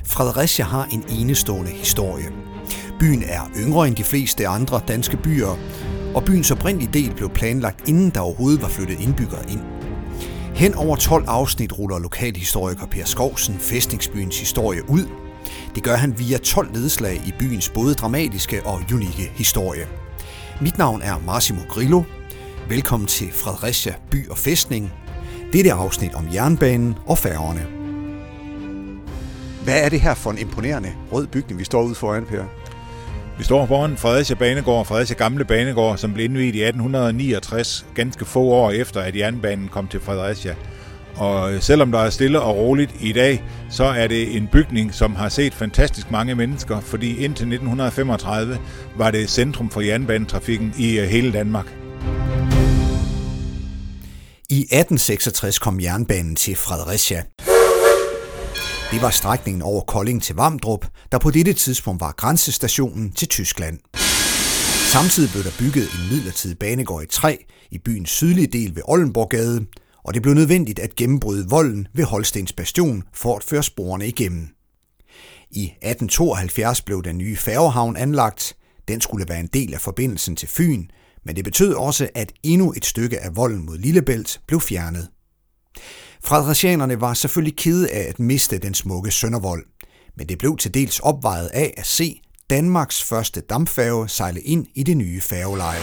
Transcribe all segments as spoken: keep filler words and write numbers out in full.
Fredericia har en enestående historie. Byen er yngre end de fleste andre danske byer, og byens oprindelige del blev planlagt, inden der overhovedet var flyttet indbyggere ind. Hen over tolv afsnit ruller lokalhistoriker Per Skovsen fæstningsbyens historie ud. Det gør han via tolv nedslag i byens både dramatiske og unikke historie. Mit navn er Massimo Grillo. Velkommen til Fredericia by og fæstning. Dette afsnit om jernbanen og færgerne. Hvad er det her for en imponerende rød bygning, vi står ude foran, Per? Vi står foran Fredericia Banegård, Fredericia Gamle Banegård, som blev indviet i atten niogtres, ganske få år efter, at jernbanen kom til Fredericia. Og selvom der er stille og roligt i dag, så er det en bygning, som har set fantastisk mange mennesker, fordi indtil nitten femogtredive var det centrum for jernbanetrafikken i hele Danmark. I atten seksogtres kom jernbanen til Fredericia. Det var strækningen over Kolding til Vamdrup, der på dette tidspunkt var grænsestationen til Tyskland. Samtidig blev der bygget en midlertidig banegård i træ i byens sydlige del ved Oldenborggade, og det blev nødvendigt at gennembryde volden ved Holstens Bastion for at føre sporene igennem. I atten tooghalvfjerds blev den nye færgehavn anlagt. Den skulle være en del af forbindelsen til Fyn, men det betød også, at endnu et stykke af volden mod Lillebælt blev fjernet. Frederiциanerne var selvfølgelig kede af at miste den smukke Søndervold, men det blev til dels opvejet af at se Danmarks første dampfærge sejle ind i det nye færgeleje.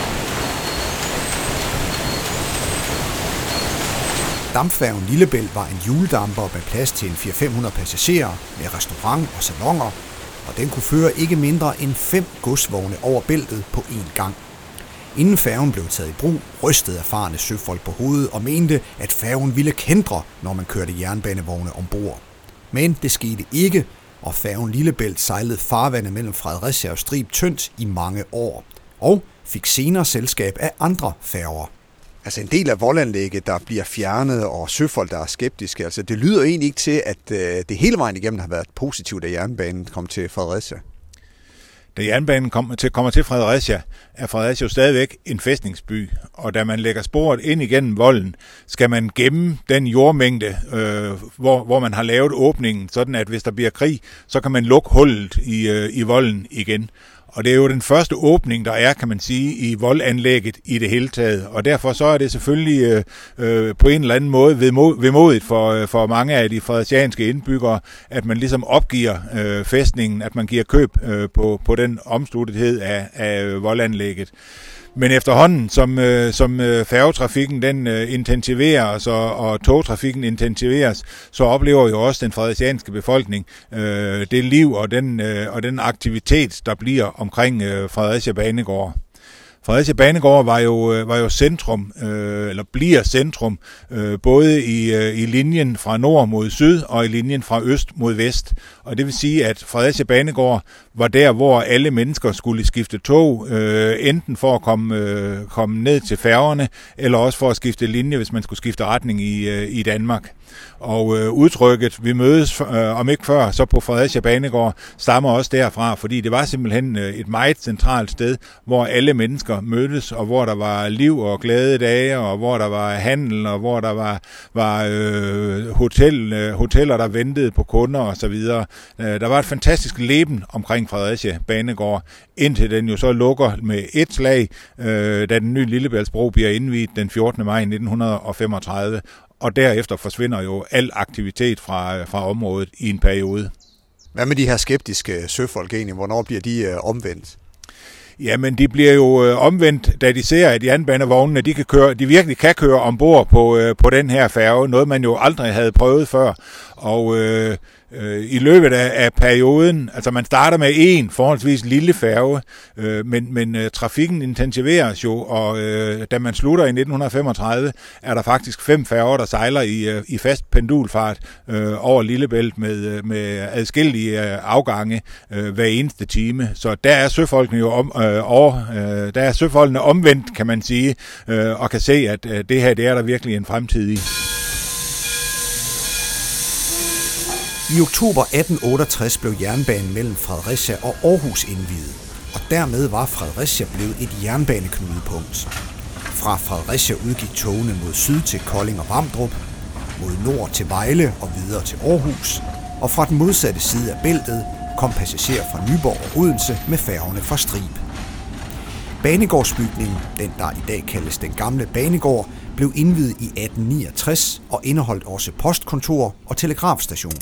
Dampfærgen Lillebælt var en hjuldamper med plads til en fire til fem hundrede passagerer med restaurant og salonger, og den kunne føre ikke mindre end fem godsvogne over bæltet på én gang. Inden færgen blev taget i brug, rystede erfarne søfolk på hovedet og mente, at færgen ville kendre, når man kørte jernbanevogne ombord. Men det skete ikke, og færgen Lillebælt sejlede farvandet mellem Fredericia og Strib tyndt i mange år, og fik senere selskab af andre færger. Altså en del af voldanlægget, der bliver fjernet, og søfolk, der er skeptiske, altså det lyder egentlig ikke til, at det hele vejen igennem har været positivt, at jernbanen kom til Fredericia. Da jernbanen kommer til, kommer til Fredericia, er Fredericia jo stadigvæk en fæstningsby, og da man lægger sporet ind igennem volden, skal man gemme den jordmængde, øh, hvor, hvor man har lavet åbningen, sådan at hvis der bliver krig, så kan man lukke hullet i, øh, i volden igen. Og det er jo den første åbning, der er, kan man sige, i voldanlægget i det hele taget. Og derfor så er det selvfølgelig øh, øh, på en eller anden måde vemodigt for, for mange af de fredericianske indbyggere, at man ligesom opgiver øh, fæstningen, at man giver køb øh, på, på den omsluttethed af, af voldanlægget. Men efterhånden, som, øh, som øh, færgetrafikken den øh, intensiveres og, og togtrafikken intensiveres, så oplever jo også den fredericianske befolkning øh, det liv og den, øh, og den aktivitet, der bliver omkring øh, Fredericia Banegård. Fredericia Banegård var jo, var jo centrum, øh, eller bliver centrum, øh, både i, øh, i linjen fra nord mod syd og i linjen fra øst mod vest. Og det vil sige, at Fredericia Banegård var der, hvor alle mennesker skulle skifte tog, øh, enten for at komme, øh, komme ned til færgerne, eller også for at skifte linje, hvis man skulle skifte retning i, øh, i Danmark. Og øh, udtrykket, vi mødes øh, om ikke før, så på Fredericia Banegård, stammer også derfra, fordi det var simpelthen øh, et meget centralt sted, hvor alle mennesker mødtes, og hvor der var liv og glade dage, og hvor der var handel, og hvor der var, var øh, hotel, øh, hoteller, der ventede på kunder osv. Øh, der var et fantastisk leben omkring Fredericia Banegård, indtil den jo så lukker med et slag, øh, da den nye Lillebæltsbro bliver indviet den fjortende maj nitten femogtredive, og derefter forsvinder jo al aktivitet fra, fra området i en periode. Hvad med de her skeptiske søfolk egentlig? Hvornår bliver de øh, omvendt? Jamen, de bliver jo øh, omvendt, da de ser, at jernbanevognene, de, kan køre, de virkelig kan køre ombord på, øh, på den her færge. Noget, man jo aldrig havde prøvet før. Og øh, øh, i løbet af, af perioden, altså man starter med en forholdsvis lille færge, øh, men, men øh, trafikken intensiveres jo, og øh, da man slutter i nitten femogtredive, er der faktisk fem færger, der sejler i, øh, i fast pendulfart øh, over Lillebælt med, med adskillige øh, afgange øh, hver eneste time. Så der er søfolkene jo om, øh, over, øh, der er søfolkene omvendt, kan man sige, øh, og kan se, at øh, det her, det er der virkelig en fremtid i. I oktober atten otteogtres blev jernbanen mellem Fredericia og Aarhus indviet, og dermed var Fredericia blevet et jernbaneknudepunkt. Fra Fredericia udgik togene mod syd til Kolding og Vamdrup, mod nord til Vejle og videre til Aarhus, og fra den modsatte side af bæltet kom passagerer fra Nyborg og Odense med færgerne fra Strib. Banegårdsbygningen, den der i dag kaldes den gamle banegård, blev indviet i atten niogtres og indeholdt også postkontor og telegrafstation.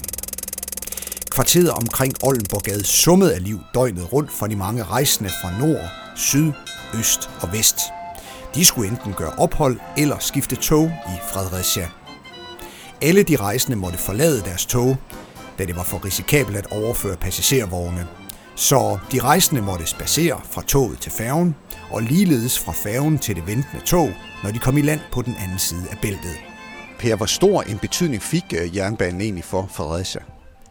Kvarteret omkring Oldenborggade summede af liv døgnet rundt for de mange rejsende fra nord, syd, øst og vest. De skulle enten gøre ophold eller skifte tog i Fredericia. Alle de rejsende måtte forlade deres tog, da det var for risikabelt at overføre passagervogne. Så de rejsende måtte spacere fra toget til færgen, og ligeledes fra færgen til det ventende tog, når de kom i land på den anden side af bæltet. Per, hvor stor en betydning fik jernbanen egentlig for Fredericia?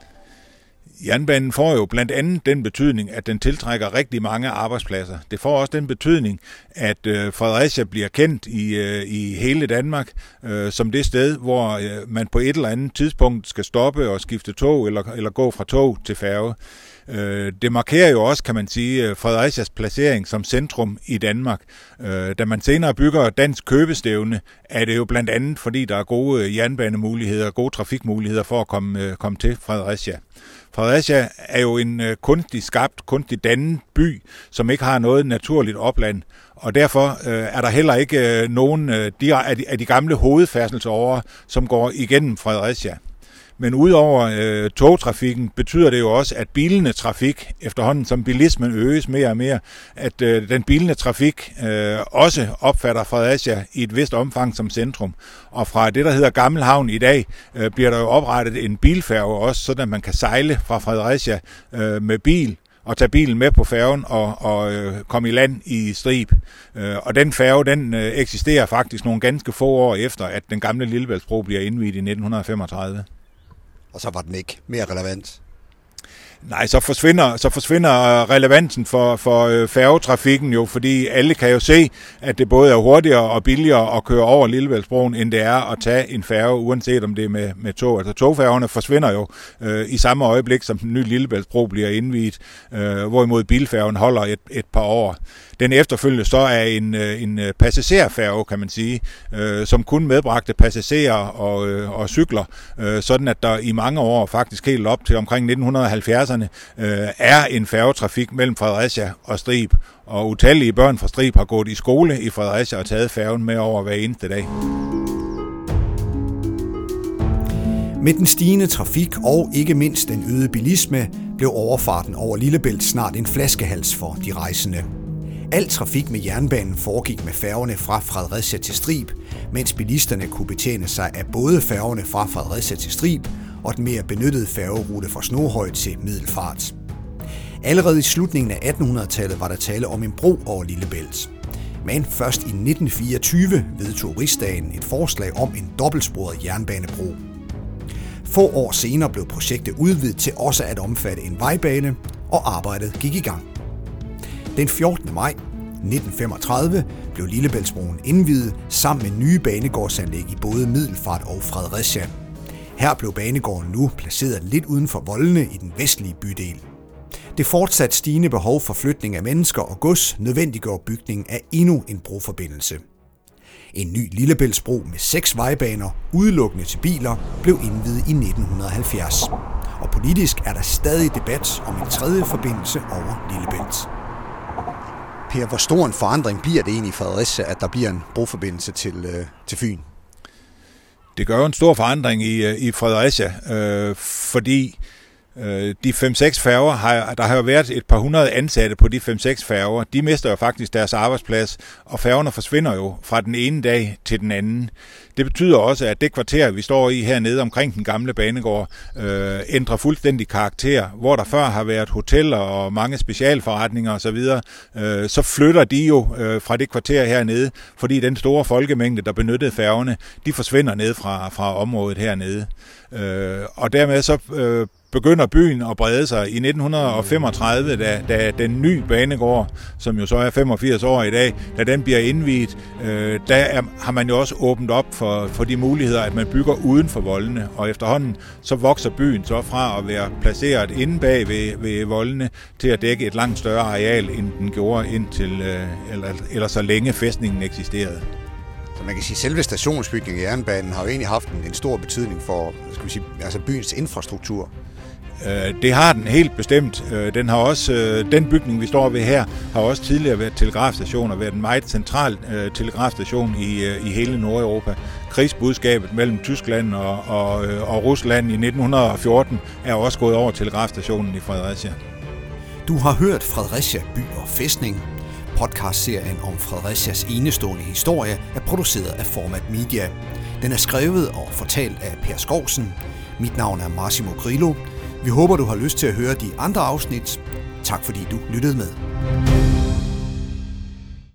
Jernbanen får jo blandt andet den betydning, at den tiltrækker rigtig mange arbejdspladser. Det får også den betydning, at Fredericia bliver kendt i, i hele Danmark øh, som det sted, hvor man på et eller andet tidspunkt skal stoppe og skifte tog eller, eller gå fra tog til færge. Det markerer jo også, kan man sige, Fredericias placering som centrum i Danmark. Da man senere bygger Dansk Købestævne, er det jo blandt andet, fordi der er gode jernbanemuligheder, gode trafikmuligheder for at komme, komme til Fredericia. Fredericia er jo en kunstigt skabt, kunstigt dannet by, som ikke har noget naturligt opland. Og derfor øh, er der heller ikke øh, nogen øh, de, af, de, af de gamle hovedfærdselsårer, som går igennem Fredericia. Men udover øh, togtrafikken betyder det jo også, at bilende trafik, efterhånden som bilismen øges mere og mere, at øh, den bilende trafik øh, også opfatter Fredericia i et vist omfang som centrum. Og fra det, der hedder Gammelhavn i dag, øh, bliver der jo oprettet en bilfærge også, sådan at man kan sejle fra Fredericia øh, med bil og tage bilen med på færgen og, og øh, komme i land i Strib. Øh, og den færge, den øh, eksisterer faktisk nogle ganske få år efter, at den gamle Lillebæltsbro bliver indviet i nitten femogtredive. Og så var den ikke mere relevant. Nej, så forsvinder, så forsvinder relevansen for, for færgetrafikken jo, fordi alle kan jo se, at det både er hurtigere og billigere at køre over Lillebæltsbroen, end det er at tage en færge, uanset om det er med, med tog. Altså togfærgerne forsvinder jo øh, i samme øjeblik, som den nye Lillebæltsbro bliver indviet, øh, hvorimod bilfærgen holder et, et par år. Den efterfølgende så er en, en passagerfærge, kan man sige, øh, som kun medbragte passagerer og, øh, og cykler, øh, sådan at der i mange år, faktisk helt op til omkring nitten halvfjerdserne, øh, er en færgetrafik mellem Fredericia og Strib. Og utallige børn fra Strib har gået i skole i Fredericia og taget færgen med over hver eneste dag. Med den stigende trafik og ikke mindst den øgede bilisme, blev overfarten over Lillebælt snart en flaskehals for de rejsende. Al trafik med jernbanen foregik med færgerne fra Fredericia til Strib, mens bilisterne kunne betjene sig af både færgerne fra Fredericia til Strib og den mere benyttede færgerute fra Snoghøj til Middelfart. Allerede i slutningen af attenhundredetallet var der tale om en bro over Lillebælt. Men først i nitten fireogtyve vedtog Rigsdagen et forslag om en dobbeltsporet jernbanebro. Få år senere blev projektet udvidet til også at omfatte en vejbane, og arbejdet gik i gang. Den fjortende maj nitten femogtredive blev Lillebæltsbroen indviet sammen med nye banegårdsanlæg i både Middelfart og Fredericia. Her blev banegården nu placeret lidt uden for voldene i den vestlige bydel. Det fortsat stigende behov for flytning af mennesker og gods nødvendiggjorde bygningen af endnu en broforbindelse. En ny Lillebæltsbro med seks vejbaner, udelukkende til biler, blev indviet i nitten halvfjerds. Og politisk er der stadig debat om en tredje forbindelse over Lillebælt. Per, hvor stor en forandring bliver det egentlig i Fredericia, at der bliver en broforbindelse til, øh, til Fyn? Det gør jo en stor forandring i, i Fredericia, øh, fordi øh, de fem-seks færger, har, der har jo været et par hundrede ansatte på de fem-seks færger, de mister jo faktisk deres arbejdsplads, og færgerne forsvinder jo fra den ene dag til den anden. Det betyder også, at det kvarter, vi står i hernede omkring den gamle banegård, øh, ændrer fuldstændig karakter. Hvor der før har været hoteller og mange specialforretninger osv., øh, så flytter de jo øh, fra det kvarter hernede, fordi den store folkemængde, der benyttede færgerne, de forsvinder ned fra, fra området hernede. Øh, og dermed så øh, begynder byen at brede sig. I nitten femogtredive, da, da den nye banegård, som jo så er femogfirs år i dag, da den bliver indviet, øh, der er, har man jo også åbent op for, for de muligheder, at man bygger uden for voldene. Og efterhånden så vokser byen så fra at være placeret inde bag ved, ved voldene til at dække et langt større areal, end den gjorde indtil, øh, eller, eller så længe fæstningen eksisterede. Så man kan sige, at selve stationsbygningen i jernbanen har jo egentlig haft en, en stor betydning for, skal vi sige, altså byens infrastruktur. Det har den helt bestemt. Den har også, den bygning, vi står ved her, har også tidligere været telegrafstation og været en meget central telegrafstation i, i hele Nordeuropa. Krigsbudskabet mellem Tyskland og, og, og Rusland i nitten fjorten er også gået over telegrafstationen i Fredericia. Du har hørt Fredericia by og fæstning. Podcastserien om Frederiциas enestående historie er produceret af Format Media. Den er skrevet og fortalt af Per Skovsen. Mit navn er Massimo Grillo. Vi håber, du har lyst til at høre de andre afsnit. Tak fordi du lyttede med.